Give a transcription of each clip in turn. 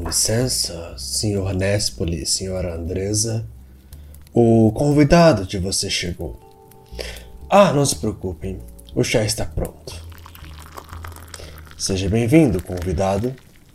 licença, senhor Nespoli, senhora Andresa. O convidado de você chegou. Ah, não se preocupem, o chá está pronto. Seja bem-vindo, convidado,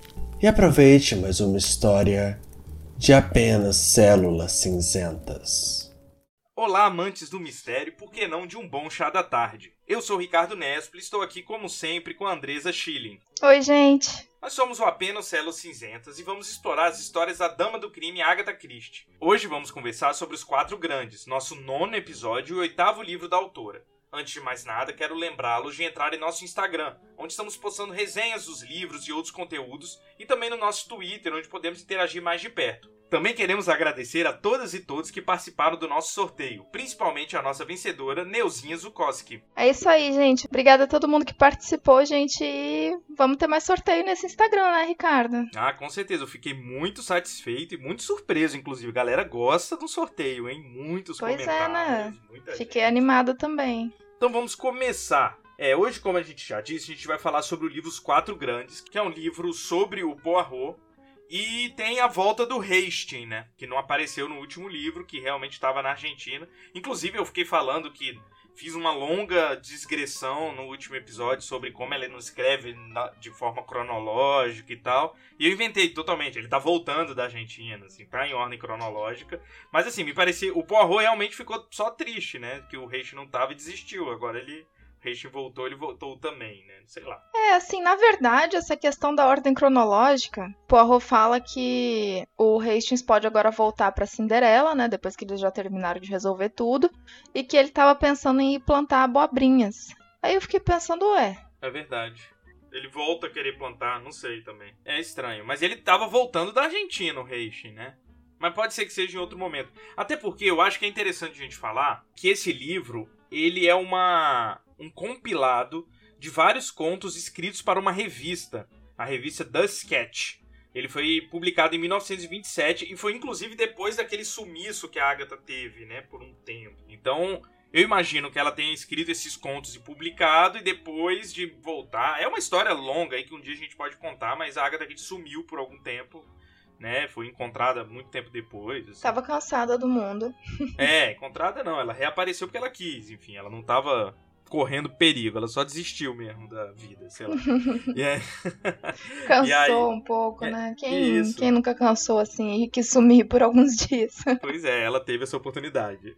e aproveite mais uma história de apenas células cinzentas. Olá, amantes do mistério, por que não de um bom chá da tarde? Eu sou Ricardo Nespoli e estou aqui, como sempre, com a Andresa Schilling. Oi, gente. Nós somos o Apenas Células Cinzentas e vamos explorar as histórias da Dama do Crime, Agatha Christie. Hoje vamos conversar sobre Os Quatro Grandes, nosso 9º episódio e 8º livro da autora. Antes de mais nada, quero lembrá-los de entrar em nosso Instagram, onde estamos postando resenhas dos livros e outros conteúdos, e também no nosso Twitter, onde podemos interagir mais de perto. Também queremos agradecer a todas e todos que participaram do nosso sorteio, principalmente a nossa vencedora, Neuzinha Zukoski. É isso aí, gente. Obrigada a todo mundo que participou, gente. E vamos ter mais sorteio nesse Instagram, né, Ricardo? Ah, com certeza. Eu fiquei muito satisfeito e muito surpreso, inclusive. A galera gosta do sorteio, hein? Muitos comentários. Pois é, né? Fiquei gente. animada também. Então vamos começar. Hoje, como a gente já disse, a gente vai falar sobre o livro Os Quatro Grandes, que é um livro sobre o Poirot. E tem a volta do Hastings, né? Que não apareceu no último livro, que realmente estava na Argentina. Inclusive, eu fiquei falando que fiz uma longa digressão no último episódio sobre como ela não escreve de forma cronológica e tal. E eu inventei totalmente. Ele tá voltando da Argentina, assim, tá em ordem cronológica. Mas, assim, me parecia... O Poirot realmente ficou só triste, né? Que o Hastings não tava e desistiu. Agora ele voltou, ele voltou também, né? Sei lá. Assim, na verdade, essa questão da ordem cronológica, Poirot fala que o Hastings pode agora voltar pra Cinderela, né? Depois que eles já terminaram de resolver tudo. E que ele tava pensando em ir plantar abobrinhas. Aí eu fiquei pensando, É verdade. Ele volta a querer plantar, não sei também. É estranho. Mas ele tava voltando da Argentina, o Hastings, né? Mas pode ser que seja em outro momento. Até porque eu acho que é interessante a gente falar que esse livro, ele é um compilado de vários contos escritos para uma revista, a revista The Sketch. Ele foi publicado em 1927 e foi inclusive depois daquele sumiço que a Agatha teve, né, por um tempo. Então, eu imagino que ela tenha escrito esses contos e publicado e depois de voltar... É uma história longa aí que um dia a gente pode contar, mas a Agatha Christie sumiu por algum tempo, né? Foi encontrada muito tempo depois. Assim. Tava cansada do mundo. Encontrada não. Ela reapareceu porque ela quis. Enfim, ela não tava correndo perigo. Ela só desistiu mesmo da vida, sei lá. Cansou um pouco, né? Quem nunca cansou assim e quis sumir por alguns dias? Pois é, ela teve essa oportunidade.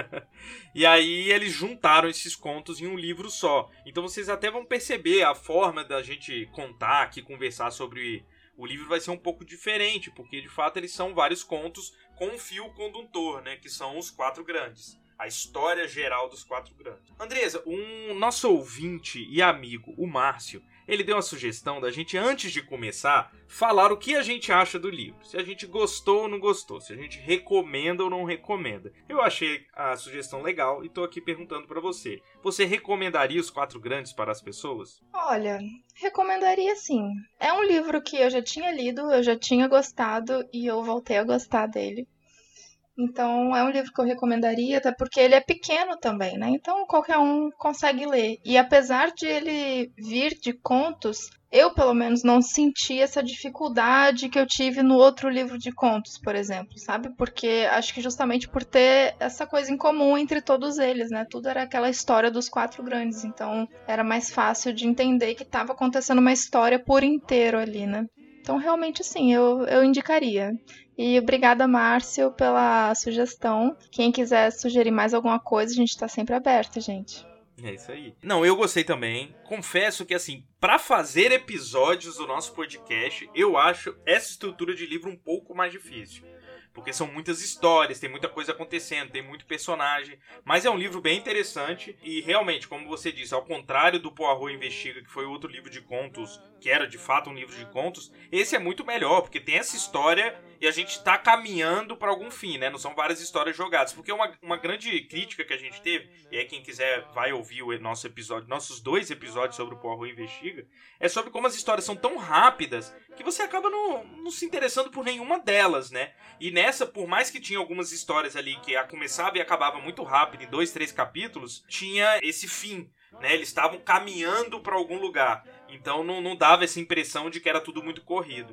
E aí eles juntaram esses contos em um livro só. Então vocês até vão perceber a forma da gente contar aqui, conversar sobre... O livro vai ser um pouco diferente, porque de fato eles são vários contos com um fio condutor, né? Que são os quatro grandes. A história geral dos quatro grandes. Andresa, um nosso ouvinte e amigo, o Márcio, ele deu uma sugestão da gente, antes de começar, falar o que a gente acha do livro. Se a gente gostou ou não gostou, se a gente recomenda ou não recomenda. Eu achei a sugestão legal e tô aqui perguntando pra você. Você recomendaria Os Quatro Grandes para as pessoas? Olha, recomendaria sim. É um livro que eu já tinha lido, eu já tinha gostado e eu voltei a gostar dele. Então, é um livro que eu recomendaria, até porque ele é pequeno também, né? Então, qualquer um consegue ler. E apesar de ele vir de contos, eu, pelo menos, não senti essa dificuldade que eu tive no outro livro de contos, por exemplo, sabe? Porque acho que justamente por ter essa coisa em comum entre todos eles, né? Tudo era aquela história dos quatro grandes. Então, era mais fácil de entender que estava acontecendo uma história por inteiro ali, né? Então, realmente, sim, eu indicaria. E obrigada, Márcio, pela sugestão. Quem quiser sugerir mais alguma coisa, a gente tá sempre aberto, gente. É isso aí. Não, eu gostei também. Confesso que, assim, pra fazer episódios do nosso podcast, eu acho essa estrutura de livro um pouco mais difícil. Porque são muitas histórias, tem muita coisa acontecendo, tem muito personagem. Mas é um livro bem interessante e realmente, como você disse, ao contrário do Poirot Investiga, que foi outro livro de contos, que era de fato um livro de contos, esse é muito melhor, porque tem essa história e a gente tá caminhando para algum fim, né? Não são várias histórias jogadas. Porque uma grande crítica que a gente teve, e aí quem quiser vai ouvir o nosso episódio, nossos 2 episódios sobre o Poirot Investiga, é sobre como as histórias são tão rápidas que você acaba não se interessando por nenhuma delas, né? E nessa, por mais que tinha algumas histórias ali que começava e acabava muito rápido, em 2, 3 capítulos, tinha esse fim, né? Eles estavam caminhando para algum lugar. Então não dava essa impressão de que era tudo muito corrido.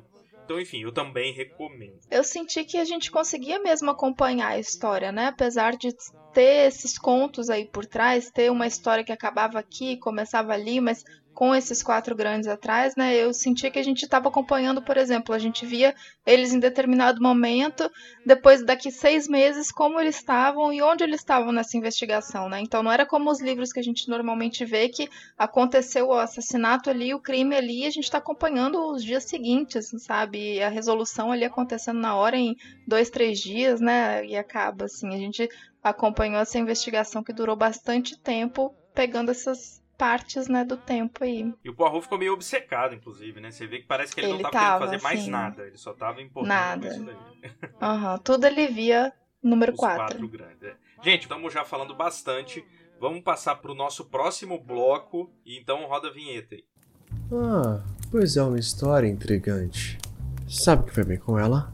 Então, enfim, eu também recomendo. Eu senti que a gente conseguia mesmo acompanhar a história, né? Apesar de ter esses contos aí por trás, ter uma história que acabava aqui, começava ali, mas com esses 4 grandes atrás, né? Eu sentia que a gente estava acompanhando, por exemplo, a gente via eles em determinado momento, depois daqui 6 meses, como eles estavam e onde eles estavam nessa investigação, né? Então não era como os livros que a gente normalmente vê que aconteceu o assassinato ali, o crime ali, e a gente está acompanhando os dias seguintes, sabe? E a resolução ali acontecendo na hora em 2, 3 dias, né? E acaba assim, a gente acompanhou essa investigação que durou bastante tempo, pegando essas partes, né, do tempo aí. E o Poirot ficou meio obcecado, inclusive, né? Você vê que parece que ele não tava querendo fazer mais nada. Ele só tava importando com isso daí. Tudo ele via número 4. Os 4 grandes. É. Gente, estamos já falando bastante. Vamos passar pro nosso próximo bloco. E então roda a vinheta aí. Ah, pois é uma história intrigante. Sabe o que foi bem com ela?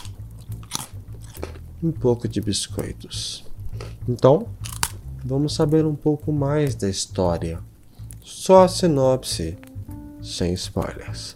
Um pouco de biscoitos. Então, vamos saber um pouco mais da história. Só a sinopse, sem spoilers.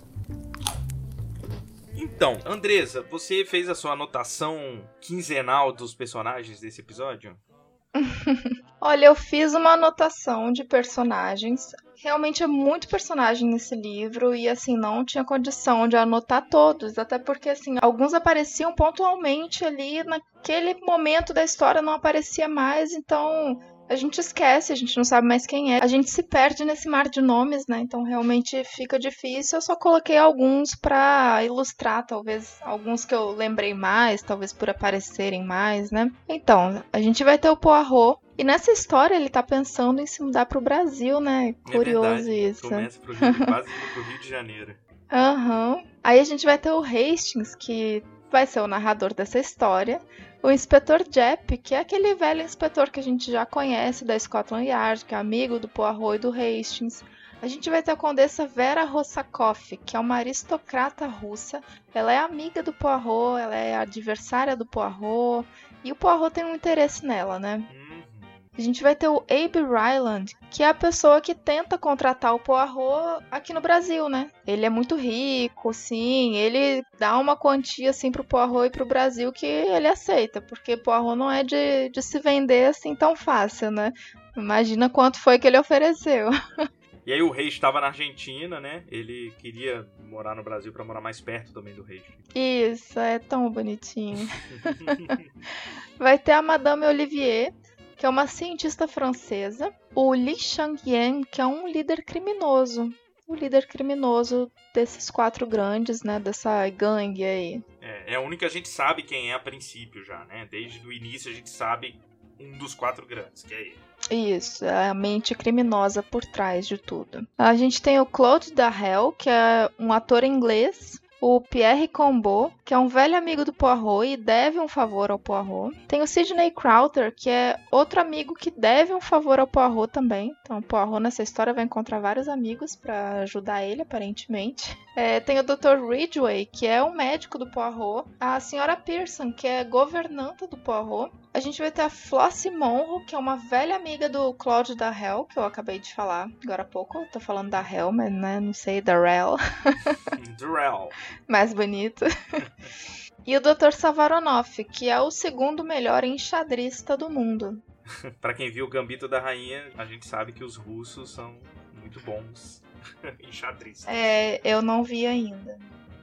Então, Andresa, você fez a sua anotação quinzenal dos personagens desse episódio? Olha, eu fiz uma anotação de personagens. Realmente é muito personagem nesse livro e, assim, não tinha condição de anotar todos. Até porque, assim, alguns apareciam pontualmente ali naquele momento da história, não aparecia mais. Então, a gente esquece, a gente não sabe mais quem é. A gente se perde nesse mar de nomes, né? Então, realmente fica difícil. Eu só coloquei alguns pra ilustrar, talvez alguns que eu lembrei mais, talvez por aparecerem mais, né? Então, a gente vai ter o Poirot. E nessa história ele tá pensando em se mudar pro Brasil, né? Curioso isso. Começa pro Rio, quase indo pro Rio de Janeiro. Aí a gente vai ter o Hastings, que vai ser o narrador dessa história. O Inspetor Japp, que é aquele velho inspetor que a gente já conhece da Scotland Yard, que é amigo do Poirot e do Hastings. A gente vai ter a Condessa Vera Rossakoff, que é uma aristocrata russa. Ela é amiga do Poirot, ela é adversária do Poirot. E o Poirot tem um interesse nela, né? A gente vai ter o Abe Ryland, que é a pessoa que tenta contratar o Poirot aqui no Brasil, né? Ele é muito rico, sim, ele dá uma quantia assim pro Poirot e pro Brasil que ele aceita, porque Poirot não é de se vender assim tão fácil, né? Imagina quanto foi que ele ofereceu. E aí o rei estava na Argentina, né? Ele queria morar no Brasil para morar mais perto também do rei. Isso, é tão bonitinho. Vai ter a Madame Olivier, que é uma cientista francesa. O Li Changyan, que é um líder criminoso. O líder criminoso desses 4 grandes, né? Dessa gangue aí. É a única que a gente sabe quem é a princípio já, né? Desde o início a gente sabe um dos 4 grandes, que é ele. Isso, é a mente criminosa por trás de tudo. A gente tem o Claude Darrell, que é um ator inglês. O Pierre Combeau, que é um velho amigo do Poirot e deve um favor ao Poirot. Tem o Sidney Crowther, que é outro amigo que deve um favor ao Poirot também. Então o Poirot nessa história vai encontrar vários amigos para ajudar ele, aparentemente. Tem o Dr. Ridgway, que é o médico do Poirot. A Sra. Pearson, que é governanta do Poirot. A gente vai ter a Flossie Monroe, que é uma velha amiga do Claude Darrell, que eu acabei de falar agora há pouco. Eu tô falando Darrell, mas né, não sei, Darrell. Darrell. Mais bonito. E o Dr. Savaronoff, que é o segundo melhor enxadrista do mundo. Pra quem viu o Gambito da Rainha, a gente sabe que os russos são muito bons enxadristas. Eu não vi ainda.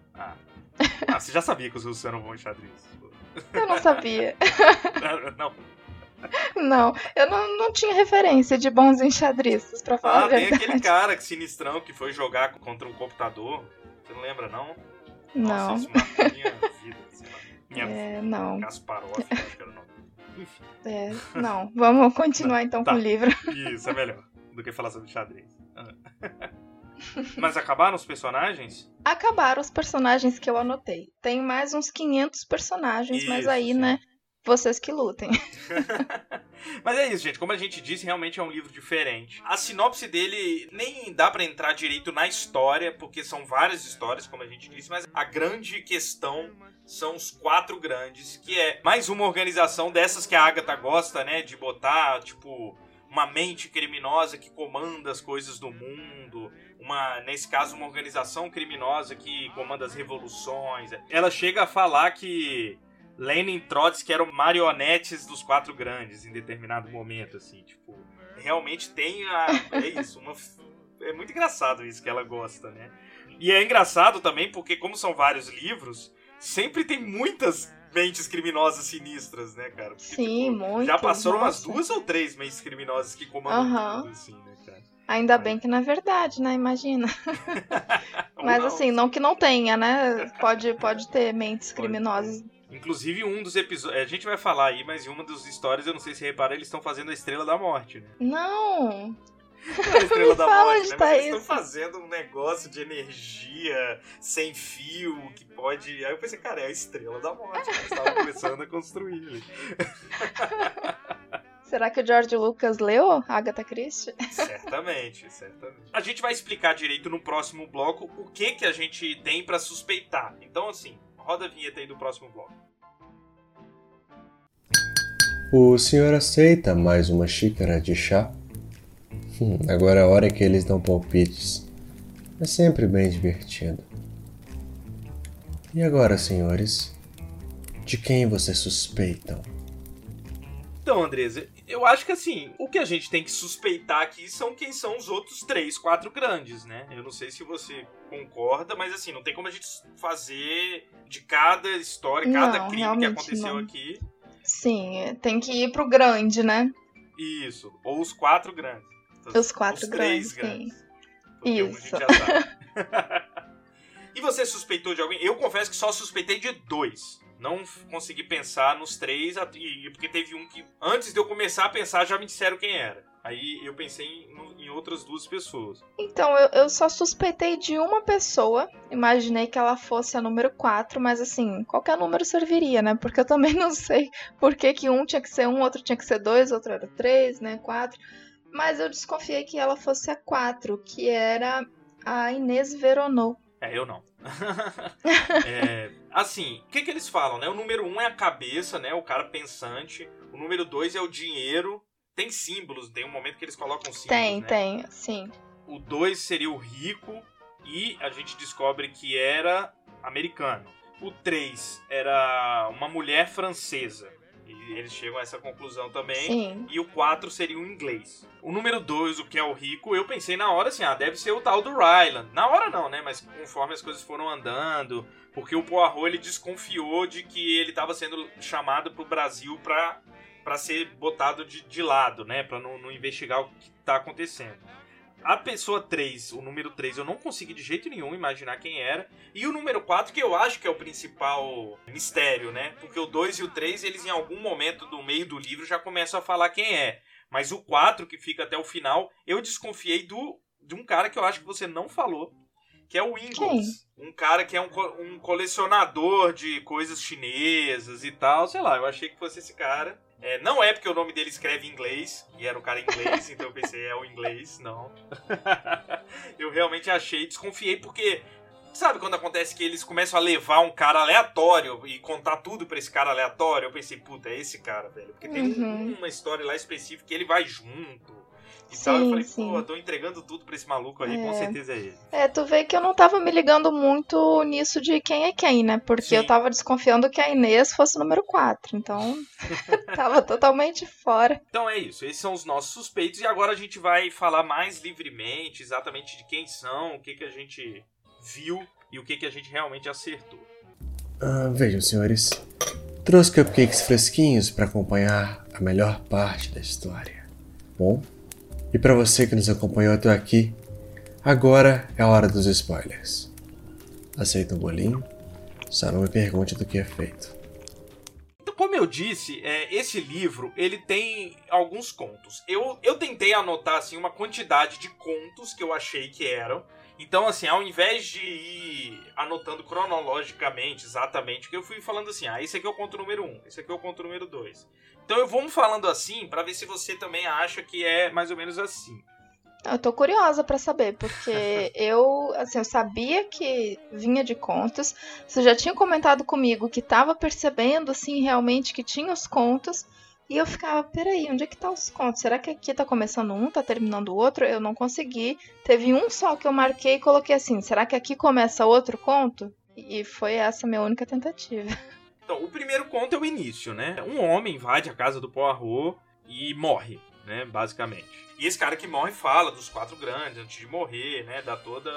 Você já sabia que os russos eram bons enxadristas? Eu não sabia. Não. Não, eu não tinha referência de bons enxadristas, pra falar a verdade. Tem aquele cara sinistrão que foi jogar contra um computador. Você não lembra, não? Não. Nossa, isso marcou minha vida, sei lá. Minha não. Kasparov, acho que era o nome. Enfim. Não. Vamos continuar então com o livro. Isso, é melhor do que falar sobre xadrez. Mas acabaram os personagens? Acabaram os personagens que eu anotei. Tem mais uns 500 personagens, mas aí, sim. né, vocês que lutem. Mas é isso, gente. Como a gente disse, realmente é um livro diferente. A sinopse dele nem dá pra entrar direito na história, porque são várias histórias, como a gente disse, mas a grande questão são os 4 grandes, que é mais uma organização dessas que a Agatha gosta, né, de botar, tipo, uma mente criminosa que comanda as coisas do mundo, nesse caso, uma organização criminosa que comanda as revoluções. Ela chega a falar que Lenin e Trotsky eram marionetes dos quatro grandes em determinado momento, assim, tipo, realmente tem é muito engraçado isso que ela gosta, né? E é engraçado também porque, como são vários livros, sempre tem muitas mentes criminosas sinistras, né, cara? Porque, sim, muito. Já passaram umas 2 ou 3 mentes criminosas que comandam tudo, assim, né, cara? Ainda bem que não é verdade, né? Imagina. Mas assim, não que não tenha, né? Pode ter mentes criminosas. Inclusive, um dos episódios... A gente vai falar aí, mas em uma das histórias, eu não sei se repara, eles estão fazendo a Estrela da Morte, né? Não! Não é a Estrela da Morte, né? Tá, mas eles estão fazendo um negócio de energia sem fio que pode... Aí eu pensei, cara, é a Estrela da Morte. Eles estavam começando a construir ali. Será que o George Lucas leu Agatha Christie? Certamente. A gente vai explicar direito no próximo bloco o que a gente tem pra suspeitar. Então, assim, roda a vinheta aí do próximo bloco. O senhor aceita mais uma xícara de chá? Agora é a hora que eles dão palpites. É sempre bem divertido. E agora, senhores? De quem vocês suspeitam? Então, Andresa, eu acho que assim, o que a gente tem que suspeitar aqui são quem são os outros 3, 4 grandes, né? Eu não sei se você concorda, mas assim, não tem como a gente fazer de cada história, cada crime que aconteceu aqui. Sim, tem que ir pro grande, né? Isso, ou os 4 grandes. Os 4 grandes, sim. Porque isso. Um a gente já sabe. E você suspeitou de alguém? Eu confesso que só suspeitei de 2. Não consegui pensar nos 3, porque teve um que, antes de eu começar a pensar, já me disseram quem era. Aí eu pensei em outras 2 pessoas. Então, eu só suspeitei de uma pessoa. Imaginei que ela fosse a número 4, mas assim, qualquer número serviria, né? Porque eu também não sei por que um tinha que ser 1, outro tinha que ser 2, outro era 3, né? 4. Mas eu desconfiei que ela fosse a 4, que era a Inês Veronneau. Eu não. Assim, o que eles falam, né? O número 1 é a cabeça, né? O cara pensante. O número 2 é o dinheiro. Tem símbolos, tem um momento que eles colocam símbolos, Tem, sim. O 2 seria o rico e a gente descobre que era americano. O 3 era uma mulher francesa. E eles chegam a essa conclusão também. Sim. E o 4 seria o inglês. O número 2, o que é o rico, eu pensei na hora assim, deve ser o tal do Ryland. Na hora não, né? Mas conforme as coisas foram andando, porque o Poirot, ele desconfiou de que ele estava sendo chamado pro Brasil pra ser botado de lado, né? Pra não investigar o que tá acontecendo. A pessoa 3, o número 3, eu não consegui de jeito nenhum imaginar quem era. E o número 4, que eu acho que é o principal mistério, né? Porque o 2 e o 3, eles em algum momento do meio do livro já começam a falar quem é. Mas o 4, que fica até o final, eu desconfiei de um cara que eu acho que você não falou, que é o Ingalls. Um cara que é um colecionador de coisas chinesas e tal. Sei lá, eu achei que fosse esse cara. Não é porque o nome dele escreve em inglês, e era um cara inglês, então eu pensei, é o inglês, não. Eu realmente desconfiei, porque sabe quando acontece que eles começam a levar um cara aleatório e contar tudo pra esse cara aleatório? Eu pensei, puta, é esse cara, velho. Porque tem uma história lá específica que ele vai junto. E sim, tal, eu falei, sim. pô, eu tô entregando tudo pra esse maluco aí, com certeza é ele. Tu vê que eu não tava me ligando muito nisso de quem é quem, né? Porque eu tava desconfiando que a Inês fosse o número 4, então tava totalmente fora. Então é isso, esses são os nossos suspeitos, e agora a gente vai falar mais livremente, exatamente de quem são, o que a gente viu e o que a gente realmente acertou. Vejam, senhores, trouxe cupcakes fresquinhos para acompanhar a melhor parte da história. Bom? E para você que nos acompanhou até aqui, agora é a hora dos spoilers. Aceita um bolinho? Só não me pergunte do que é feito. Então, como eu disse, esse livro ele tem alguns contos. Eu tentei anotar assim, uma quantidade de contos que eu achei que eram. Então, assim, ao invés de ir anotando cronologicamente exatamente, porque eu fui falando assim, esse aqui é o conto número 1, esse aqui é o conto número 2. Então eu vou falando assim, pra ver se você também acha que é mais ou menos assim. Eu tô curiosa pra saber, porque eu sabia que vinha de contos. Você já tinha comentado comigo que tava percebendo, assim, realmente que tinha os contos. E eu ficava, peraí, onde é que tá os contos? Será que aqui tá começando um, tá terminando o outro? Eu não consegui. Teve um só que eu marquei e coloquei assim, será que aqui começa outro conto? E foi essa a minha única tentativa. Então, o primeiro conto é o início, né? Um homem invade a casa do Poirot e morre, né? Basicamente. E esse cara que morre fala dos 4 grandes antes de morrer, né? Dá todo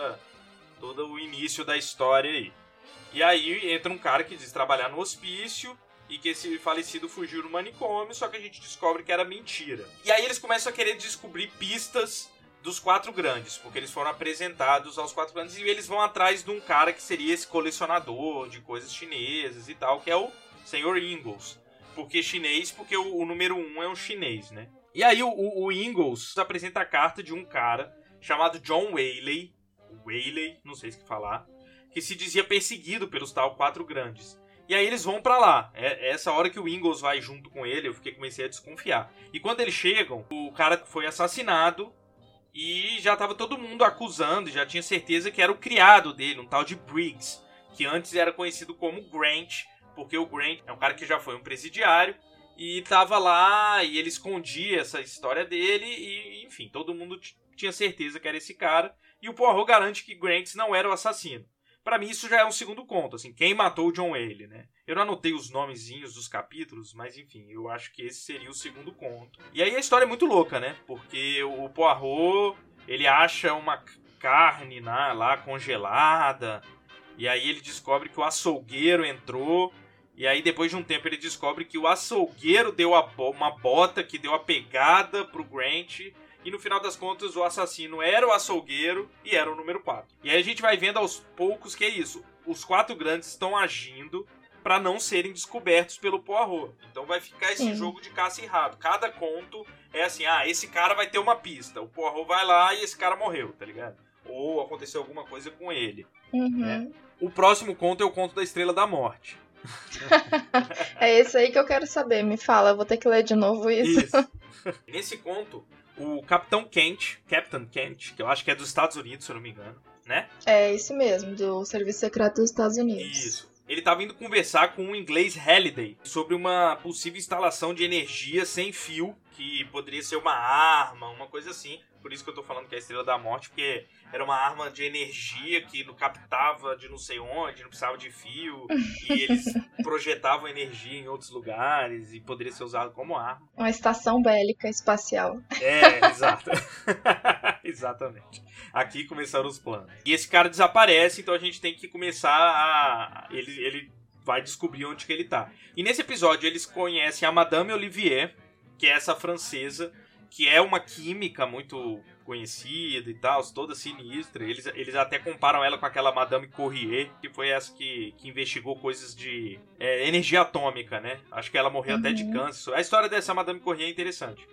o início da história aí. E aí entra um cara que diz trabalhar no hospício e que esse falecido fugiu no manicômio, só que a gente descobre que era mentira. E aí eles começam a querer descobrir pistas dos 4 grandes, porque eles foram apresentados aos 4 grandes e eles vão atrás de um cara que seria esse colecionador de coisas chinesas e tal, que é o Sr. Ingalls. Por que chinês? Porque o número 1 é um chinês, né? E aí o Ingalls apresenta a carta de um cara chamado John Whaley, não sei se que falar, que se dizia perseguido pelos tal 4 grandes. E aí eles vão pra lá. É essa hora que o Ingalls vai junto com ele, comecei a desconfiar. E quando eles chegam, o cara foi assassinado e já tava todo mundo acusando, já tinha certeza que era o criado dele, um tal de Briggs, que antes era conhecido como Grant, porque o Grant é um cara que já foi um presidiário e tava lá e ele escondia essa história dele e, enfim, todo mundo tinha certeza que era esse cara. E o Poirot garante que Grant não era o assassino. Pra mim isso já é um segundo conto, assim, quem matou o John Whaley, né? Eu não anotei os nomezinhos dos capítulos, mas enfim, eu acho que esse seria o segundo conto. E aí a história é muito louca, né? Porque o Poirot, ele acha uma carne lá congelada, e aí ele descobre que o açougueiro entrou, e aí depois de um tempo ele descobre que o açougueiro deu uma bota que deu a pegada pro Grant. E no final das contas, o assassino era o açougueiro e era o número 4. E aí a gente vai vendo aos poucos que é isso. Os 4 grandes estão agindo para não serem descobertos pelo Poirot. Então vai ficar esse jogo de caça e rato. Cada conto é assim, esse cara vai ter uma pista. O Poirot vai lá e esse cara morreu, tá ligado? Ou aconteceu alguma coisa com ele. Né? O próximo conto é o conto da Estrela da Morte. É esse aí que eu quero saber. Me fala, eu vou ter que ler de novo isso. Nesse conto, o Capitão Kent, que eu acho que é dos Estados Unidos, se eu não me engano, né? É isso mesmo, do Serviço Secreto dos Estados Unidos. Isso. Ele estava indo conversar com um inglês Halliday sobre uma possível instalação de energia sem fio, que poderia ser uma arma, uma coisa assim. Por isso que eu tô falando que é a Estrela da Morte, porque era uma arma de energia que não captava de não sei onde, não precisava de fio, e eles projetavam energia em outros lugares e poderia ser usado como arma. Uma estação bélica espacial. É, exato. Exatamente. Aqui começaram os planos. E esse cara desaparece, então a gente tem que começar a... Ele vai descobrir onde que ele tá. E nesse episódio eles conhecem a Madame Olivier, que é essa francesa, que é uma química muito conhecida e tal, toda sinistra. Eles até comparam ela com aquela Madame Curie, que foi essa que investigou coisas de energia atômica, né? Acho que ela morreu até de câncer. A história dessa Madame Curie é interessante.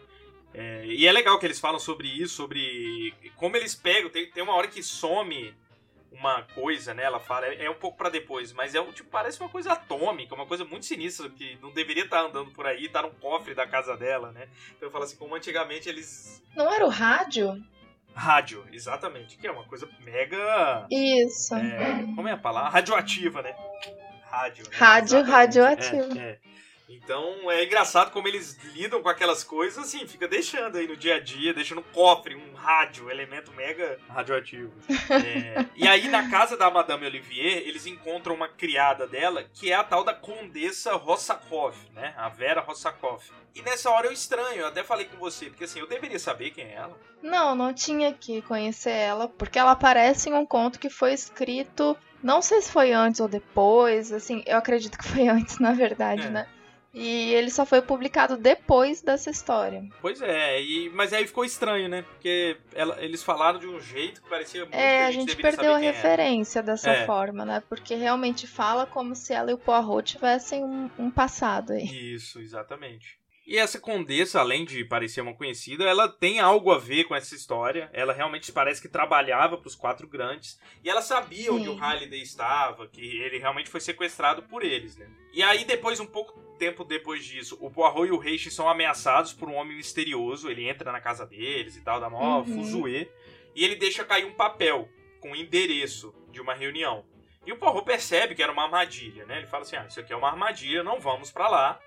E é legal que eles falam sobre isso, sobre como eles pegam. Tem uma hora que some uma coisa, né? Ela fala, é um pouco pra depois, mas parece uma coisa atômica, uma coisa muito sinistra, que não deveria estar andando por aí, tá no cofre da casa dela, né? Então eu falo assim, como antigamente eles... Não era o rádio? Rádio, exatamente, que é uma coisa mega... Isso. Como é a palavra? Radioativa, né? Rádio, né? Rádio, radioativo. Então é engraçado como eles lidam com aquelas coisas, assim, fica deixando aí no dia a dia, deixa no cofre um rádio, elemento mega radioativo. E aí na casa da Madame Olivier, eles encontram uma criada dela, que é a tal da Condessa Rossakov, né? A Vera Rossakov. E nessa hora eu estranho, eu até falei com você, porque assim, eu deveria saber quem é ela. Não tinha que conhecer ela, porque ela aparece em um conto que foi escrito, não sei se foi antes ou depois, assim, eu acredito que foi antes, na verdade, né? E ele só foi publicado depois dessa história. Pois é, mas aí ficou estranho, né? Porque eles falaram de um jeito que parecia muito que a gente perdeu a referência dessa forma, né? Porque realmente fala como se ela e o Poirot tivessem um passado aí. Isso, exatamente. E essa Condessa, além de parecer uma conhecida, ela tem algo a ver com essa história. Ela realmente parece que trabalhava para os 4 grandes. E ela sabia onde o Halliday estava, que ele realmente foi sequestrado por eles, né? E aí, um pouco tempo depois disso, o Poirot e o Hastings são ameaçados por um homem misterioso. Ele entra na casa deles e tal, dá mó fuzuê. E ele deixa cair um papel com o endereço de uma reunião. E o Poirot percebe que era uma armadilha, né? Ele fala assim, isso aqui é uma armadilha, não vamos para lá.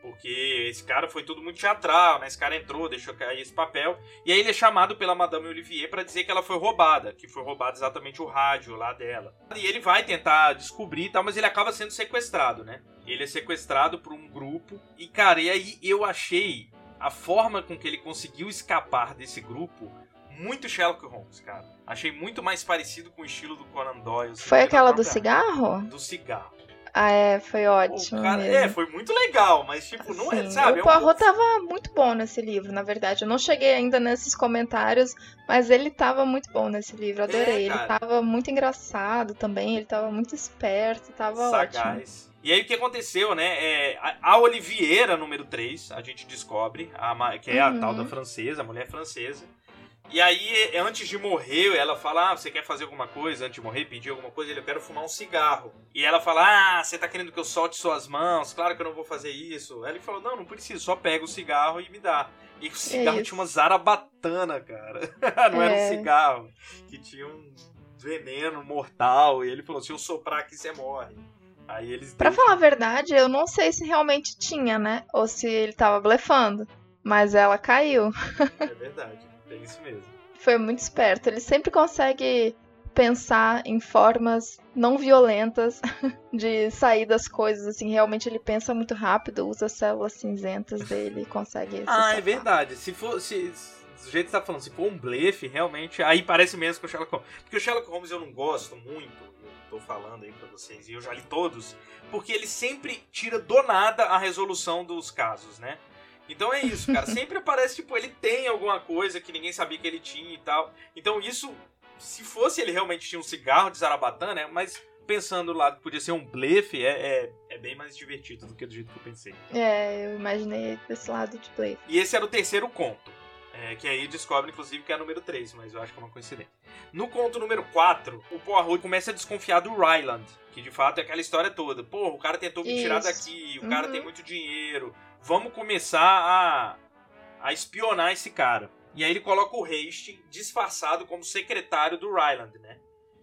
Porque esse cara foi tudo muito teatral, né? Esse cara entrou, deixou cair esse papel. E aí ele é chamado pela Madame Olivier pra dizer que ela foi roubada. Que foi roubado exatamente o rádio lá dela. E ele vai tentar descobrir e tal, mas ele acaba sendo sequestrado, né? Ele é sequestrado por um grupo. E, cara, e aí eu achei a forma com que ele conseguiu escapar desse grupo muito Sherlock Holmes, cara. Achei muito mais parecido com o estilo do Conan Doyle. Assim, Foi aquela do cigarro? Do cigarro. Ah, foi ótimo. Cara, mesmo. Foi muito legal, mas tipo, não é, Sim, sabe? o Poirot tava muito bom nesse livro, na verdade. Eu não cheguei ainda nesses comentários, mas ele tava muito bom nesse livro, adorei. Ele tava muito engraçado também, ele tava muito esperto, tava sagaz. Ótimo. E aí o que aconteceu, né? A Oliviera, número 3, a gente descobre, que é a tal da francesa, a mulher francesa. E aí, antes de morrer, ela fala, você quer fazer alguma coisa antes de morrer, pedir alguma coisa? Eu quero fumar um cigarro. E ela fala, você tá querendo que eu solte suas mãos? Claro que eu não vou fazer isso. Aí ele falou, não precisa, só pega o cigarro e me dá. E o cigarro tinha uma zarabatana, cara. Não era um cigarro, que tinha um veneno mortal. E ele falou, se eu soprar aqui, você morre. Aí eles pra falar a verdade, eu não sei se realmente tinha, né? Ou se ele tava blefando. Mas ela caiu. É verdade. É isso mesmo. Foi muito esperto. Ele sempre consegue pensar em formas não violentas de sair das coisas, assim. Realmente ele pensa muito rápido, usa as células cinzentas dele e consegue... é verdade. Se for... do jeito que você tá falando, se for um blefe, realmente... Aí parece mesmo com o Sherlock Holmes. Porque o Sherlock Holmes eu não gosto muito, eu tô falando aí pra vocês, e eu já li todos, porque ele sempre tira do nada a resolução dos casos, né? Então é isso, cara. Sempre aparece, tipo, ele tem alguma coisa que ninguém sabia que ele tinha e tal. Então isso, se fosse ele realmente tinha um cigarro de zarabatana, né? Mas pensando lá que podia ser um blefe, é bem mais divertido do que do jeito que eu pensei. Eu imaginei desse lado de blefe. E esse era o terceiro conto. Que aí descobre, inclusive, que é o número 3, mas eu acho que é uma coincidência. No conto número 4, o Poirot começa a desconfiar do Ryland, que de fato é aquela história toda. Pô, o cara tentou me tirar daqui, o cara tem muito dinheiro, vamos começar a espionar esse cara. E aí ele coloca o Hastings disfarçado como secretário do Ryland, né?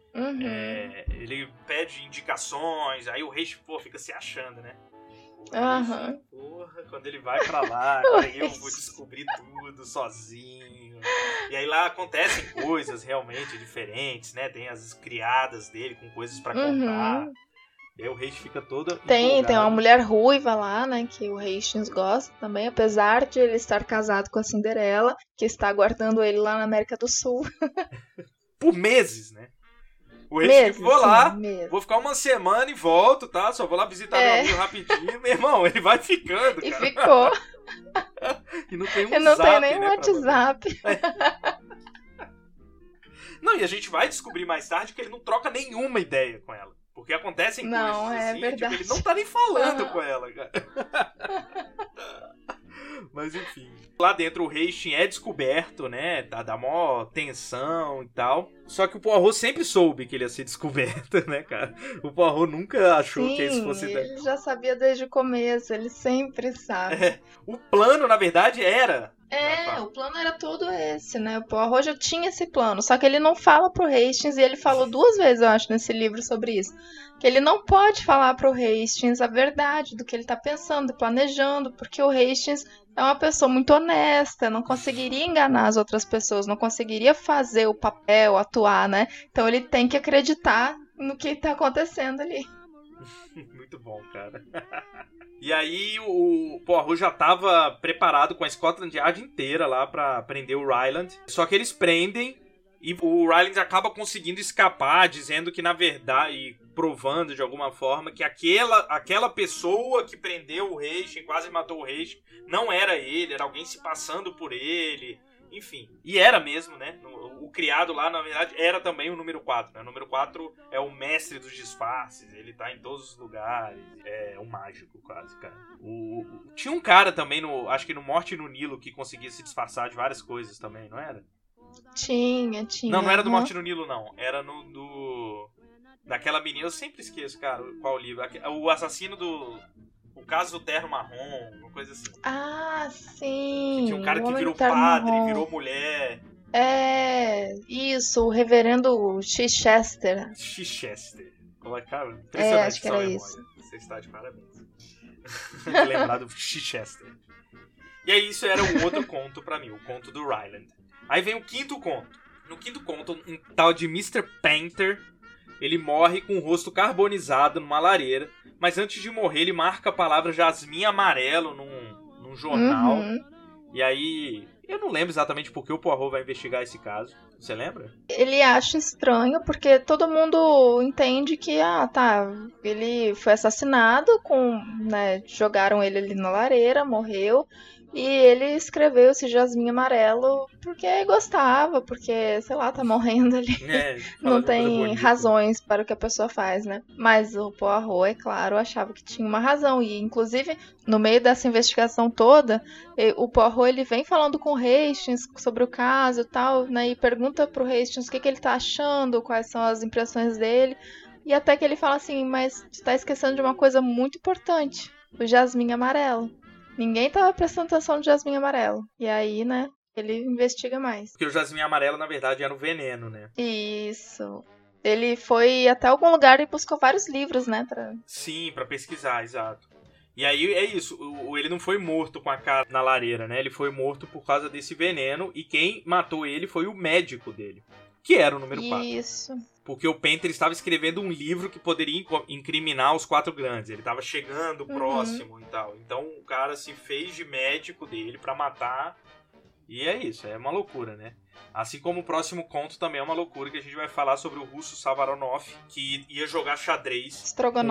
Ele pede indicações, aí o Hastings, fica se achando, né? Porra, quando ele vai pra lá, aí eu vou descobrir tudo sozinho. E aí lá acontecem coisas realmente diferentes, né? Tem as criadas dele com coisas pra contar. E aí o Hastings fica todo tem uma mulher ruiva lá, né? Que o Hastings gosta também, apesar de ele estar casado com a Cinderela, que está aguardando ele lá na América do Sul. Por meses, né? O Hastings, vou lá, vou ficar uma semana e volto, tá? Só vou lá visitar meu amigo rapidinho. Meu irmão, ele vai ficando, cara. E ficou. E não tem Eu não tenho nem WhatsApp. Não, e a gente vai descobrir mais tarde que ele não troca nenhuma ideia com ela. Porque acontecem coisas assim, verdade. Tipo, ele não tá nem falando com ela, cara. Mas enfim. Lá dentro o Hastings é descoberto, né? Dá mó tensão e tal. Só que o Poirot sempre soube que ele ia ser descoberto, né, cara? O Poirot nunca achou que isso fosse... ele já sabia desde o começo, ele sempre sabe. O plano, na verdade, era... O plano era todo esse, né? O Poirot já tinha esse plano, só que ele não fala pro Hastings, e ele falou 2 vezes, eu acho, nesse livro sobre isso, que ele não pode falar pro Hastings a verdade do que ele tá pensando, planejando, porque o Hastings é uma pessoa muito honesta, não conseguiria enganar as outras pessoas, não conseguiria fazer o papel, atuar, né? Então ele tem que acreditar no que tá acontecendo ali. Muito bom, cara. E aí o Poirot já tava preparado com a Scotland Yard inteira lá pra prender o Ryland. Só que eles prendem e o Ryland acaba conseguindo escapar, dizendo que na verdade, e provando de alguma forma, que aquela pessoa que prendeu o Hastings, quase matou o Hastings, não era ele, era alguém se passando por ele. Enfim, e era mesmo, né? O criado lá, na verdade, era também o número 4, né? O número 4 é o mestre dos disfarces, ele tá em todos os lugares, é um mágico quase, cara. Tinha um cara também, acho que no Morte no Nilo, que conseguia se disfarçar de várias coisas também, não era? Tinha. Não era do Morte no Nilo, não. Era daquela menina, eu sempre esqueço, cara, qual livro. O assassino O Caso do Terno Marrom, uma coisa assim. Ah, sim. Tinha um cara que virou padre, virou mulher. Isso, o reverendo Chichester. Chichester. Cara, impressionante acho que era isso. Você está de parabéns. de lembrar do Chichester. E aí isso era um outro conto pra mim, o conto do Ryland. Aí vem o quinto conto. No quinto conto, um tal de Mr. Painter, ele morre com o rosto carbonizado numa lareira, mas antes de morrer ele marca a palavra jasmim amarelo num jornal. E aí, eu não lembro exatamente por que o Poirot vai investigar esse caso. Você lembra? Ele acha estranho porque todo mundo entende que, ele foi assassinado né, jogaram ele ali na lareira, morreu. E ele escreveu esse jasmim amarelo porque gostava, porque, sei lá, tá morrendo ali. Não tem razões para o que a pessoa faz, né? Mas o Poirot, é claro, achava que tinha uma razão. E, inclusive, no meio dessa investigação toda, o Poirot, ele vem falando com o Hastings sobre o caso e tal, né? E pergunta pro Hastings o que ele tá achando, quais são as impressões dele. E até que ele fala assim, mas tu tá esquecendo de uma coisa muito importante, o jasmim amarelo. Ninguém tava prestando atenção no jasmim amarelo. E aí, né, ele investiga mais. Porque o jasmim amarelo, na verdade, era o veneno, né? Isso. Ele foi até algum lugar e buscou vários livros, né? Sim, pra pesquisar, exato. E aí é isso, ele não foi morto com a cara na lareira, né? Ele foi morto por causa desse veneno e quem matou ele foi o médico dele, que era o número 4. Isso. Porque o Painter estava escrevendo um livro que poderia incriminar os 4 grandes. Ele estava chegando próximo e tal. Então o cara se fez de médico dele pra matar. E é isso, é uma loucura, né? Assim como o próximo conto também é uma loucura, que a gente vai falar sobre o russo Savaronov, que ia jogar xadrez.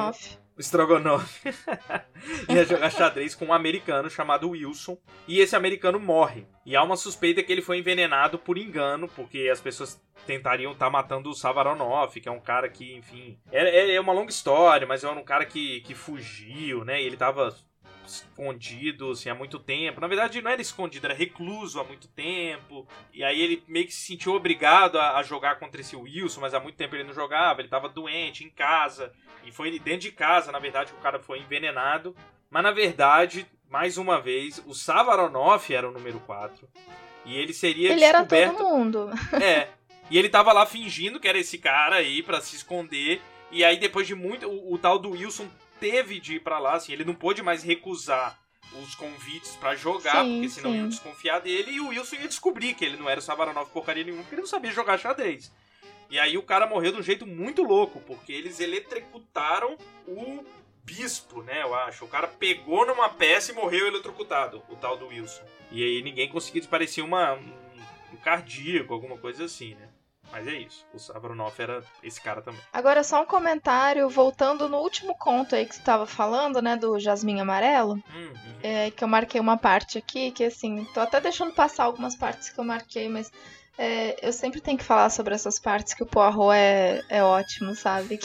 Strogonoff. Ia jogar xadrez com um americano chamado Wilson. E esse americano morre. E há uma suspeita que ele foi envenenado por engano, porque as pessoas tentariam estar matando o Savaronov, que é um cara que, enfim... É uma longa história, mas é um cara que fugiu, né? E ele tava escondido assim, há muito tempo. Na verdade, não era escondido, era recluso há muito tempo. E aí ele meio que se sentiu obrigado a jogar contra esse Wilson, mas há muito tempo ele não jogava. Ele tava doente, em casa. E foi dentro de casa, na verdade, que o cara foi envenenado. Mas, na verdade, mais uma vez, o Savaronov era o número 4. E ele seria descoberto... Ele era todo mundo. E ele tava lá fingindo que era esse cara aí pra se esconder. E aí, depois de muito... O tal do Wilson teve de ir pra lá, assim, ele não pôde mais recusar os convites pra jogar, porque senão iam desconfiar dele, e o Wilson ia descobrir que ele não era o Savaronov porcaria nenhuma, porque ele não sabia jogar xadrez. E aí o cara morreu de um jeito muito louco, porque eles eletrocutaram o bispo, né, eu acho. O cara pegou numa peça e morreu eletrocutado, o tal do Wilson. E aí ninguém conseguia desparecer um cardíaco, alguma coisa assim, né. Mas é isso, o Savaronov era esse cara também. Agora só um comentário, voltando no último conto aí que você tava falando, né, do Jasmim Amarelo, que eu marquei uma parte aqui, que assim, tô até deixando passar algumas partes que eu marquei, mas eu sempre tenho que falar sobre essas partes que o Poirot é ótimo, sabe?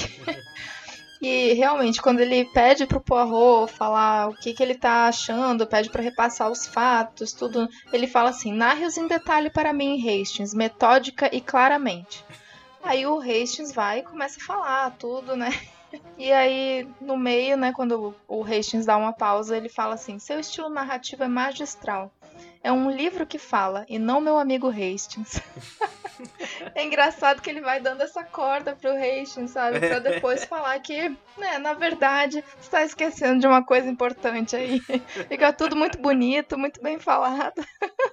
E realmente, quando ele pede pro Poirot falar o que ele tá achando, pede pra repassar os fatos, tudo, ele fala assim, narre-os em detalhe para mim, Hastings, metódica e claramente. Aí o Hastings vai e começa a falar tudo, né? E aí, no meio, né, quando o Hastings dá uma pausa, ele fala assim, seu estilo narrativo é magistral. É um livro que fala, e não meu amigo Hastings. É engraçado que ele vai dando essa corda pro Hastings, sabe? Pra depois falar que, né, na verdade, você tá esquecendo de uma coisa importante aí. Fica tudo muito bonito, muito bem falado.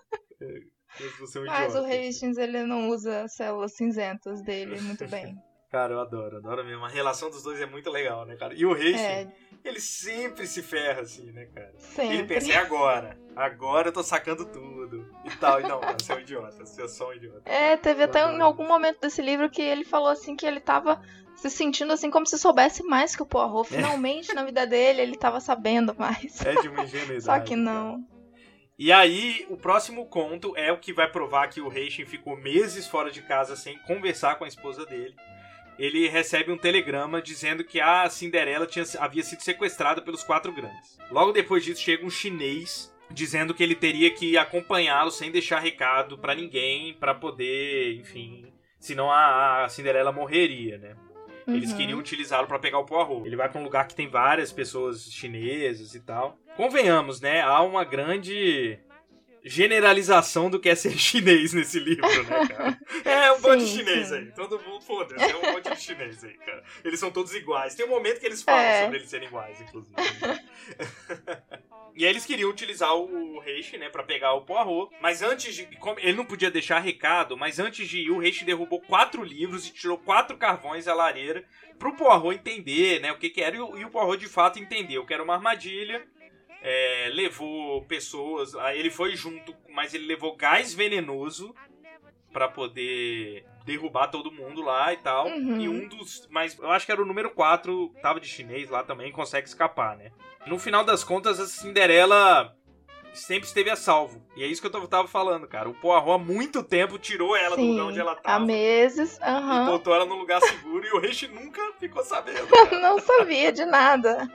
Mas o Hastings, ele não usa as células cinzentas dele muito bem. Cara, eu adoro mesmo. A relação dos dois é muito legal, né, cara? E o Hastings, ele sempre se ferra, assim, né, cara? Sempre. Ele pensa, é agora. Agora eu tô sacando tudo. E tal. E não, cara, você é um idiota. Você é só um idiota. Teve até em algum momento desse livro que ele falou, assim, que ele tava se sentindo, assim, como se soubesse mais que o Poirot. Finalmente, na vida dele, ele tava sabendo mais. É de uma ingenuidade. Só que não. Cara. E aí, o próximo conto é o que vai provar que o Hastings ficou meses fora de casa sem conversar com a esposa dele. Ele recebe um telegrama dizendo que a Cinderela havia sido sequestrada pelos 4 grandes. Logo depois disso, chega um chinês dizendo que ele teria que acompanhá-lo sem deixar recado pra ninguém, pra poder, enfim... Senão a Cinderela morreria, né? Eles queriam utilizá-lo pra pegar o Poirot. Ele vai pra um lugar que tem várias pessoas chinesas e tal. Convenhamos, né? Há uma grande generalização do que é ser chinês nesse livro, né, cara? É um monte de Sim, chinês sim. aí. Todo mundo, foda-se, é um monte de chinês aí, cara. Eles são todos iguais. Tem um momento que eles falam sobre eles serem iguais, inclusive. E aí eles queriam utilizar o Heishi, né, pra pegar o Poirot, mas antes de... Ele não podia deixar recado, mas antes de ir, o Heishi derrubou 4 livros e tirou 4 carvões da lareira pro Poirot entender, né, o que era, e o Poirot de fato entendeu que era uma armadilha. Levou pessoas, ele foi junto, mas ele levou gás venenoso pra poder derrubar todo mundo lá e tal. Uhum. E mas eu acho que era o número 4, tava de chinês lá também, consegue escapar, né? No final das contas, a Cinderela sempre esteve a salvo. E é isso que eu tava falando, cara. O Poirot há muito tempo tirou ela do lugar onde ela tava. Há meses, E botou ela num lugar seguro e o Heishi nunca ficou sabendo. Não sabia de nada.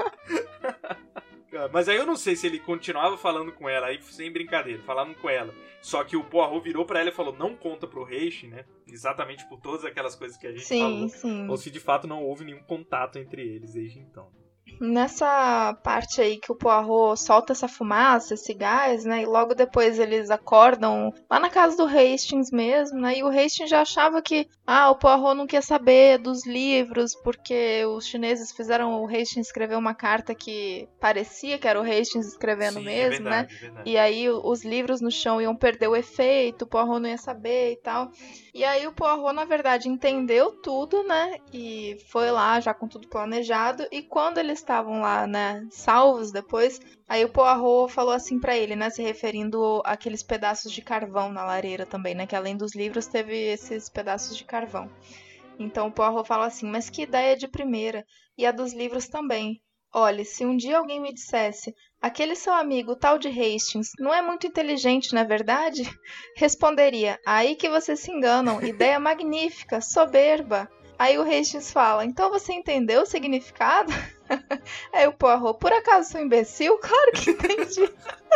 Mas aí eu não sei se ele continuava falando com ela, aí sem brincadeira, falando com ela. Só que o Poirot virou pra ela e falou, não conta pro Heishi, né? Exatamente por todas aquelas coisas que a gente falou. Sim. Ou se de fato não houve nenhum contato entre eles desde então. Nessa parte aí que o Poirot solta essa fumaça, esse gás, né? E logo depois eles acordam lá na casa do Hastings mesmo, né? E o Hastings já achava que o Poirot não quer saber dos livros, porque os chineses fizeram o Hastings escrever uma carta que parecia que era o Hastings escrevendo mesmo, verdade, né? Verdade. E aí os livros no chão iam perder o efeito, o Poirot não ia saber e tal. E aí o Poirot, na verdade, entendeu tudo, né? E foi lá já com tudo planejado. E quando eles estavam lá, né, salvos depois, aí o Poirot falou assim pra ele, né, se referindo àqueles pedaços de carvão na lareira também, né, que além dos livros teve esses pedaços de carvão. Então o Poirot fala assim, mas que ideia de primeira, e a dos livros também. Olha, se um dia alguém me dissesse, aquele seu amigo tal de Hastings não é muito inteligente, não é verdade? Responderia, aí que vocês se enganam, ideia magnífica, soberba. Aí o Hastings fala, então você entendeu o significado? Aí o Poirot, por acaso sou imbecil? Claro que entendi.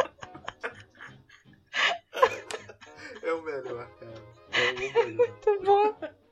É o melhor, cara. É o melhor. Muito bom.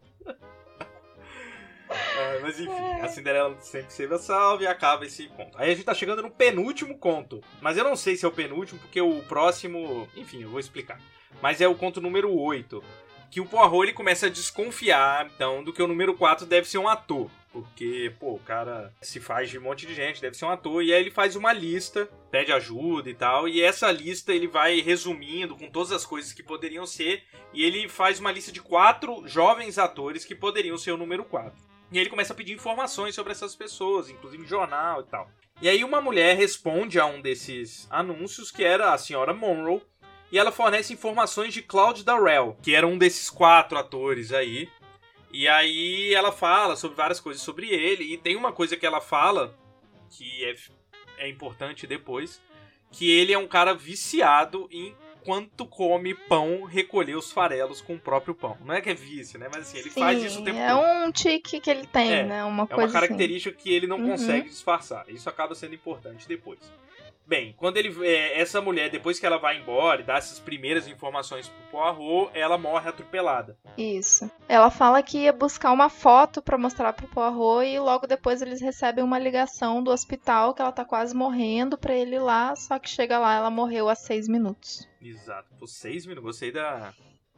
Mas enfim, a Cinderela sempre esteve a salvo e acaba esse conto. Aí a gente tá chegando no penúltimo conto. Mas eu não sei se é o penúltimo, porque o próximo... Enfim, eu vou explicar. Mas é o conto número 8. Que o Poirot ele começa a desconfiar, então, do que o número 4 deve ser um ator. Porque, o cara se faz de um monte de gente, deve ser um ator. E aí ele faz uma lista, pede ajuda e tal. E essa lista ele vai resumindo com todas as coisas que poderiam ser. E ele faz uma lista de 4 jovens atores que poderiam ser o número 4. E aí ele começa a pedir informações sobre essas pessoas, inclusive em jornal e tal. E aí uma mulher responde a um desses anúncios, que era a senhora Monroe. E ela fornece informações de Claude Darrell, que era um desses 4 atores aí. E aí ela fala sobre várias coisas sobre ele. E tem uma coisa que ela fala, que é importante depois, que ele é um cara viciado em, enquanto come pão, recolher os farelos com o próprio pão. Não é que é vício, né? Mas assim, ele faz isso o tempo todo. É um tique que ele tem, né? Uma coisa uma característica assim. que ele não consegue disfarçar. Isso acaba sendo importante depois. Bem, quando essa mulher, depois que ela vai embora e dá essas primeiras informações pro Poirot, ela morre atropelada. Isso. Ela fala que ia buscar uma foto pra mostrar pro Poirot e logo depois eles recebem uma ligação do hospital que ela tá quase morrendo pra ele ir lá, só que chega lá, ela morreu há 6 minutos. Exato. Por 6 minutos. Gostei da...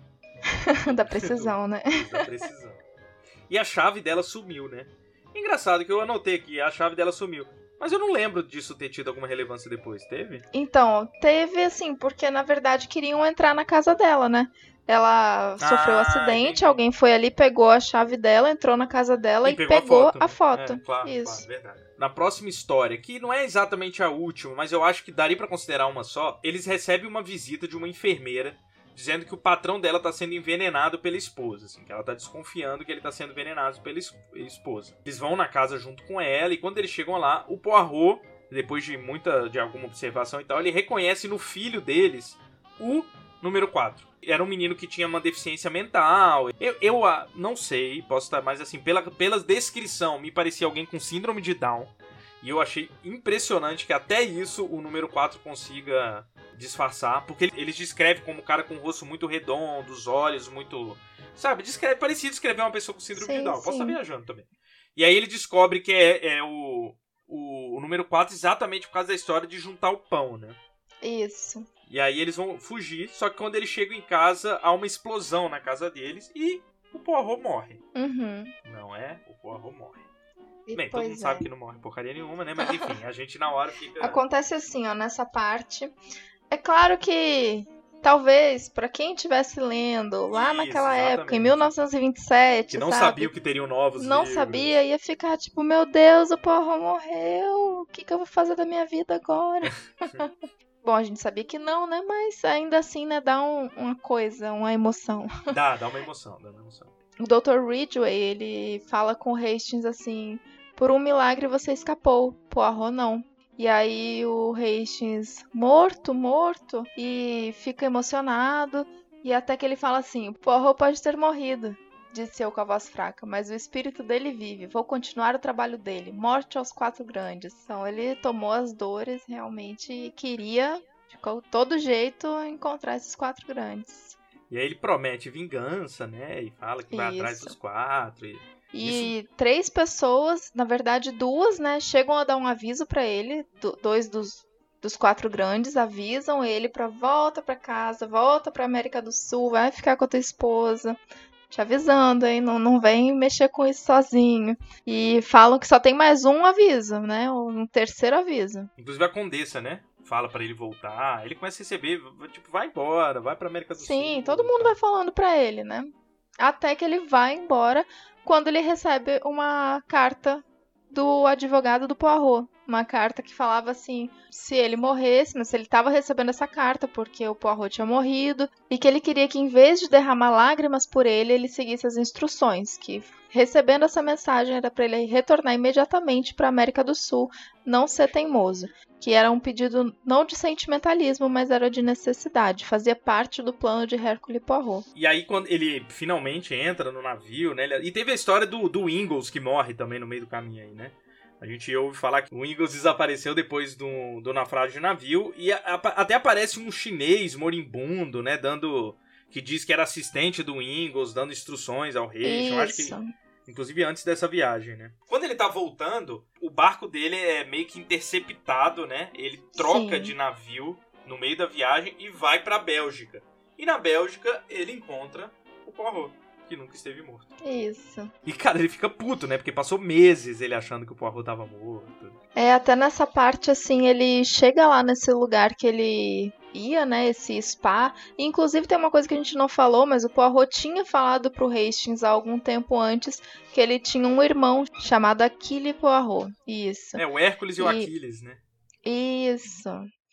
da precisão, né? Da precisão. E a chave dela sumiu, né? Engraçado que eu anotei aqui, a chave dela sumiu. Mas eu não lembro disso ter tido alguma relevância depois, teve? Então, teve assim, porque na verdade queriam entrar na casa dela, né? Ela sofreu um acidente, entendi. Alguém foi ali, pegou a chave dela, entrou na casa dela e pegou a foto. Claro, Isso. Claro, verdade. Na próxima história, que não é exatamente a última, mas eu acho que daria pra considerar uma só, eles recebem uma visita de uma enfermeira dizendo que o patrão dela tá sendo envenenado pela esposa, assim, que ela tá desconfiando que ele tá sendo envenenado pela esposa. Eles vão na casa junto com ela e quando eles chegam lá, o Poirot, depois de alguma observação e tal, ele reconhece no filho deles o número 4. Era um menino que tinha uma deficiência mental. Eu não sei, posso estar mais assim, pela descrição, me parecia alguém com síndrome de Down. E eu achei impressionante que até isso o número 4 consiga disfarçar, porque eles descrevem como um cara com o rosto muito redondo, os olhos muito... Sabe, parecia descrever uma pessoa com síndrome de Down. Posso estar viajando também. E aí ele descobre que é o número 4 exatamente por causa da história de juntar o pão, né? Isso. E aí eles vão fugir, só que quando eles chegam em casa, há uma explosão na casa deles e o Poirot morre. Não é? O Poirot morre. Bem, todo mundo sabe que não morre porcaria nenhuma, né? Mas enfim, a gente na hora fica... Acontece assim, ó, nessa parte. É claro que, talvez, pra quem estivesse lendo lá naquela época, em 1927, que não sabia que teriam novos não livros. sabia, ia ficar tipo, meu Deus, o Poirot morreu, o que eu vou fazer da minha vida agora? Bom, a gente sabia que não, né? Mas ainda assim, né, dá uma coisa, uma emoção. Dá uma emoção, O Dr. Ridgway, ele fala com o Hastings assim, por um milagre você escapou, Poirot não. E aí o Hastings, morto, e fica emocionado. E até que ele fala assim, Poirot pode ter morrido, disse eu com a voz fraca, mas o espírito dele vive, vou continuar o trabalho dele, morte aos 4 grandes. Então ele tomou as dores realmente e queria, de todo jeito, encontrar esses 4 grandes. E aí ele promete vingança, né, e fala que vai atrás dos 4 E 3 pessoas, na verdade 2, né, chegam a dar um aviso pra ele, 2 dos 4 grandes avisam ele pra volta pra casa, volta pra América do Sul, vai ficar com a tua esposa, te avisando, hein, não vem mexer com isso sozinho. E falam que só tem mais um aviso, né, um terceiro aviso. Inclusive a Condessa, né, fala pra ele voltar, ele começa a receber, tipo, vai embora, vai pra América do Sul. Sim, todo mundo vai falando pra ele, né, até que ele vai embora, quando ele recebe uma carta do advogado do Poirot. Uma carta que falava assim, se ele morresse, mas se ele estava recebendo essa carta porque o Poirot tinha morrido, e que ele queria que em vez de derramar lágrimas por ele seguisse as instruções, que recebendo essa mensagem era para ele retornar imediatamente para a América do Sul, não ser teimoso. Que era um pedido não de sentimentalismo, mas era de necessidade. Fazia parte do plano de Hercule Poirot. E aí, quando ele finalmente entra no navio, né? E teve a história do Ingalls, que morre também no meio do caminho aí, né? A gente ouve falar que o Ingalls desapareceu depois do naufrágio de navio. E até aparece um chinês moribundo, né? Que diz que era assistente do Ingalls, dando instruções ao rei. Eu acho que... Inclusive antes dessa viagem, né? Quando ele tá voltando, o barco dele é meio que interceptado, né? Ele troca de navio no meio da viagem e vai pra Bélgica. E na Bélgica ele encontra o Poirot, que nunca esteve morto. Isso. E, cara, ele fica puto, né? Porque passou meses ele achando que o Poirot tava morto. Até nessa parte, assim, ele chega lá nesse lugar que ele ia, né, esse spa. E, inclusive, tem uma coisa que a gente não falou, mas o Poirot tinha falado pro Hastings há algum tempo antes que ele tinha um irmão chamado Achille Poirot. Isso. O Hércules e o Aquiles, né? Isso.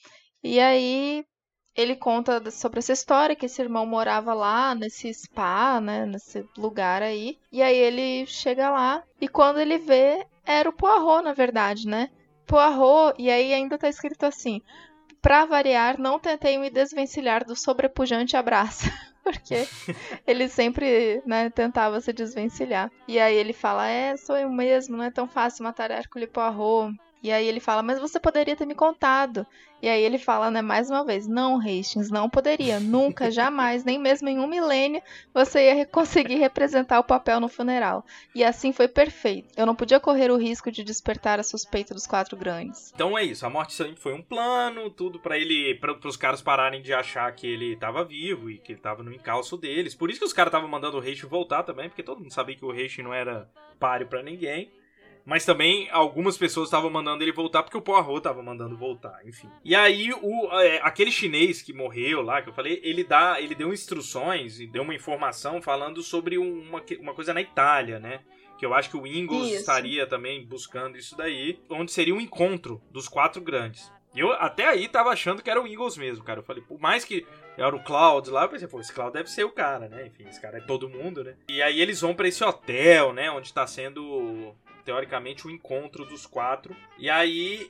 E aí... ele conta sobre essa história, que esse irmão morava lá, nesse spa, né, nesse lugar aí. E aí ele chega lá, e quando ele vê, era o Poirot, na verdade, né? Poirot, e aí ainda tá escrito assim, pra variar, não tentei me desvencilhar do sobrepujante abraço. Porque ele sempre, né, tentava se desvencilhar. E aí ele fala, sou eu mesmo, não é tão fácil matar Hercule Poirot. E aí ele fala, mas você poderia ter me contado. E aí ele fala, né, mais uma vez, não, Hastings, não poderia. Nunca, jamais, nem mesmo em um milênio, você ia conseguir representar o papel no funeral. E assim foi perfeito. Eu não podia correr o risco de despertar a suspeita dos 4 grandes. Então é isso, a morte sempre foi um plano, tudo pra os caras pararem de achar que ele tava vivo e que ele tava no encalço deles. Por isso que os caras estavam mandando o Hastings voltar também, porque todo mundo sabia que o Hastings não era páreo pra ninguém. Mas também algumas pessoas estavam mandando ele voltar porque o Poirot estava mandando voltar, enfim. E aí, aquele chinês que morreu lá, que eu falei, ele deu instruções e deu uma informação falando sobre uma coisa na Itália, né? Que eu acho que o Ingalls estaria também buscando isso daí, onde seria um encontro dos 4 grandes. E eu até aí tava achando que era o Ingalls mesmo, cara. Eu falei, por mais que era o Cloud lá, eu pensei, esse Cloud deve ser o cara, né? Enfim, esse cara é todo mundo, né? E aí eles vão pra esse hotel, né? Onde tá sendo... teoricamente, o encontro dos 4. E aí,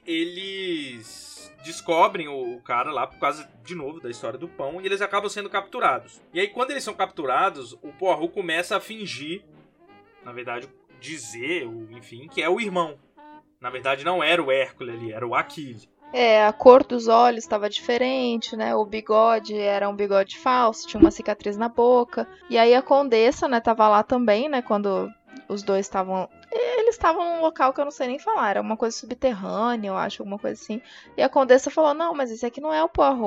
eles descobrem o cara lá por causa, de novo, da história do pão. E eles acabam sendo capturados. E aí, quando eles são capturados, o Poirot começa a fingir, na verdade, dizer, enfim, que é o irmão. Na verdade, não era o Hércules ali, era o Achille. A cor dos olhos estava diferente, né? O bigode era um bigode falso, tinha uma cicatriz na boca. E aí, a Condessa, né, tava lá também, né, quando... os dois estavam... eles estavam num local que eu não sei nem falar. Era uma coisa subterrânea, eu acho, alguma coisa assim. E a Condessa falou, não, mas esse aqui não é o Poirot.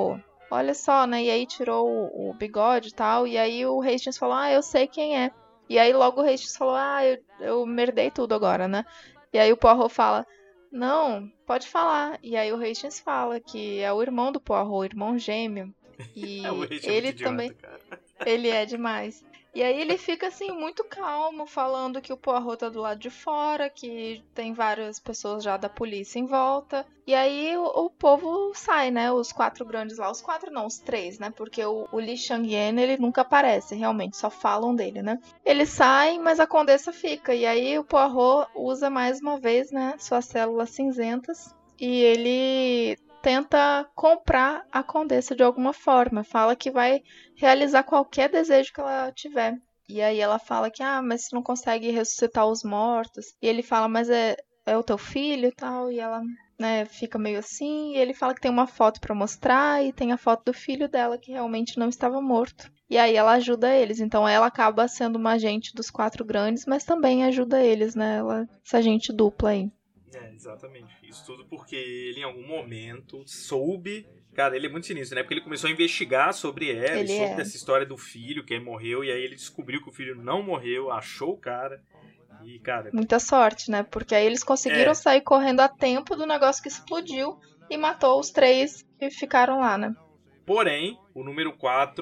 olha só, né? E aí tirou o bigode e tal. E aí o Hastings falou, eu sei quem é. E aí logo o Hastings falou, eu merdei tudo agora, né? E aí o Poirot fala, não, pode falar. E aí o Hastings fala que é o irmão do Poirot, o irmão gêmeo. E O Hastings é ele muito idiota, também... cara. Ele é demais. E aí ele fica assim muito calmo, falando que o Poirot tá do lado de fora, que tem várias pessoas já da polícia em volta. E aí o povo sai, né? Os 4 grandes lá. Os 4 não, os 3, né? Porque o Li Changyan, ele nunca aparece, realmente, só falam dele, né? Eles saem, mas a Condessa fica. E aí o Poirot usa mais uma vez, né? Suas células cinzentas. E ele tenta comprar a Condessa de alguma forma. Fala que vai realizar qualquer desejo que ela tiver. E aí ela fala que, mas você não consegue ressuscitar os mortos. E ele fala, mas é o teu filho e tal. E ela, né, fica meio assim. E ele fala que tem uma foto pra mostrar. E tem a foto do filho dela que realmente não estava morto. E aí ela ajuda eles. Então ela acaba sendo uma agente dos 4 grandes, mas também ajuda eles, né? Essa agente dupla aí. Exatamente. Isso tudo porque ele em algum momento soube... Cara, ele é muito sinistro, né? Porque ele começou a investigar sobre ela, e soube dessa história do filho que morreu, e aí ele descobriu que o filho não morreu, achou o cara, e, cara... Muita sorte, né? Porque aí eles conseguiram sair correndo a tempo do negócio que explodiu e matou os 3 que ficaram lá, né? Porém, o número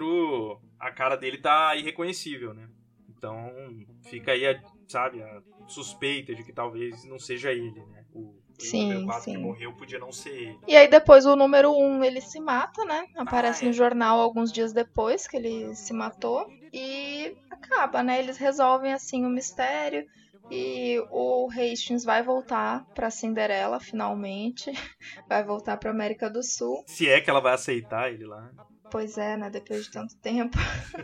4, a cara dele tá irreconhecível, né? Então, fica aí, a suspeita de que talvez não seja ele, né? O número 4 que morreu podia não ser ele. E aí depois o número 1 ele se mata, né? Aparece no jornal alguns dias depois que ele se matou. E acaba, né? Eles resolvem assim o mistério. E o Hastings vai voltar pra Cinderela, finalmente. Vai voltar pra América do Sul. Se é que ela vai aceitar ele lá. Pois é, né? Depois de tanto tempo.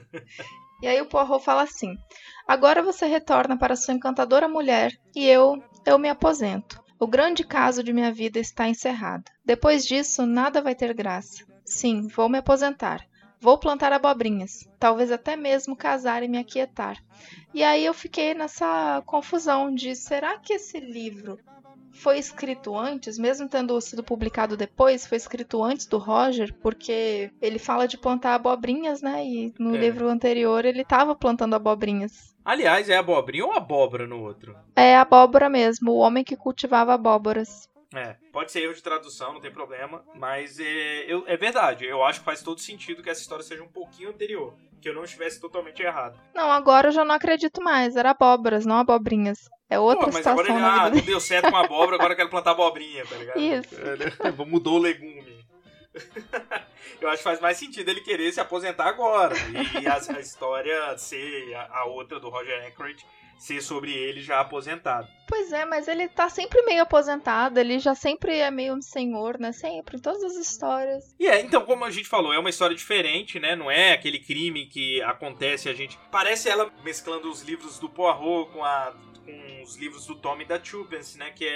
E aí o Poirot fala assim: agora você retorna para sua encantadora mulher e eu me aposento. O grande caso de minha vida está encerrado. Depois disso, nada vai ter graça. Sim, vou me aposentar. Vou plantar abobrinhas. Talvez até mesmo casar e me aquietar. E aí eu fiquei nessa confusão de, será que esse livro foi escrito antes, mesmo tendo sido publicado depois, foi escrito antes do Roger, porque ele fala de plantar abobrinhas, né? E no livro anterior ele estava plantando abobrinhas. Aliás, é abobrinha ou abóbora no outro? É abóbora mesmo, o homem que cultivava abóboras. Pode ser erro de tradução, não tem problema, mas é verdade, eu acho que faz todo sentido que essa história seja um pouquinho anterior, que eu não estivesse totalmente errado. Não, agora eu já não acredito mais, era abóboras, não abobrinhas. É outra situação agora na vida não deu certo com a abóbora, agora eu quero plantar abobrinha, tá ligado? Isso. Mudou o legume. Eu acho que faz mais sentido ele querer se aposentar agora, e a história ser a outra do Roger Ackroyd, ser sobre ele já aposentado. Pois é, mas ele tá sempre meio aposentado, ele já sempre é meio um senhor, né? Sempre, em todas as histórias. E então, como a gente falou, é uma história diferente, né? Não é aquele crime que acontece, parece ela mesclando os livros do Poirot com os livros do Tommy da Tuppence, né? Que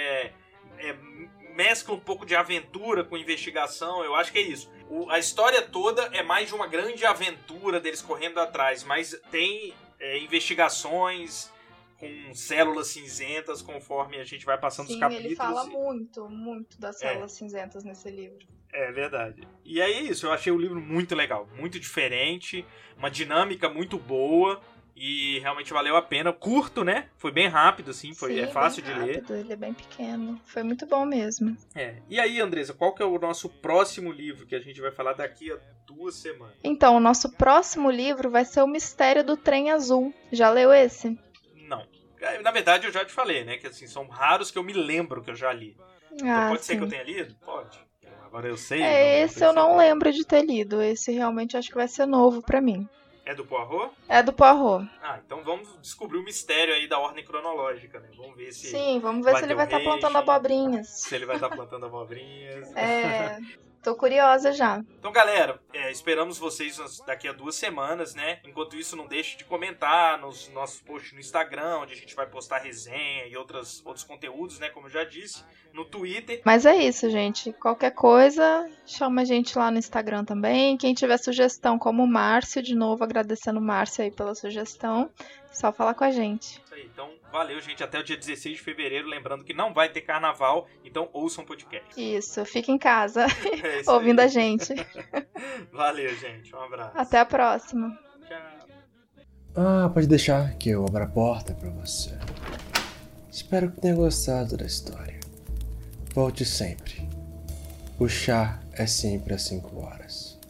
mescla um pouco de aventura com investigação, eu acho que é isso. A história toda é mais de uma grande aventura deles correndo atrás, mas tem investigações com células cinzentas conforme a gente vai passando os capítulos. Sim, ele fala muito das células cinzentas nesse livro. É verdade. E aí é isso, eu achei o livro muito legal, muito diferente, uma dinâmica muito boa e realmente valeu a pena. Curto, né? Foi bem rápido, assim, é fácil de ler. Ele é bem pequeno, foi muito bom mesmo. E aí, Andressa, qual que é o nosso próximo livro que a gente vai falar daqui a 2 semanas? Então, o nosso próximo livro vai ser O Mistério do Trem Azul. Já leu esse? Não. Na verdade, eu já te falei, né? Que assim, são raros que eu me lembro que eu já li. Então pode ser que eu tenha lido? Pode. Agora eu sei. Esse eu não lembro de ter lido. Esse realmente acho que vai ser novo pra mim. É do Poirot? É do Poirot. Então vamos descobrir o mistério aí da ordem cronológica, né? Vamos ver se... Sim, vamos ver se ele vai estar plantando abobrinhas. Se ele vai estar plantando abobrinhas. Tô curiosa já. Então, galera, esperamos vocês daqui a 2 semanas, né? Enquanto isso, não deixe de comentar nos nossos posts no Instagram, onde a gente vai postar resenha e outros conteúdos, né? Como eu já disse, no Twitter. Mas é isso, gente. Qualquer coisa, chama a gente lá no Instagram também. Quem tiver sugestão, como o Márcio, de novo agradecendo o Márcio aí pela sugestão. Só falar com a gente. Isso aí. Então, valeu, gente. Até o dia 16 de fevereiro. Lembrando que não vai ter carnaval, então ouçam o podcast. Isso, fica em casa É isso ouvindo aí. a gente. Valeu, gente. Um abraço. Até a próxima. Tchau. Pode deixar que eu abra a porta pra você. Espero que tenha gostado da história. Volte sempre. O chá é sempre às 5 horas.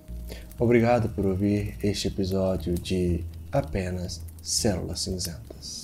Obrigado por ouvir este episódio de Apenas Células Cinzentas.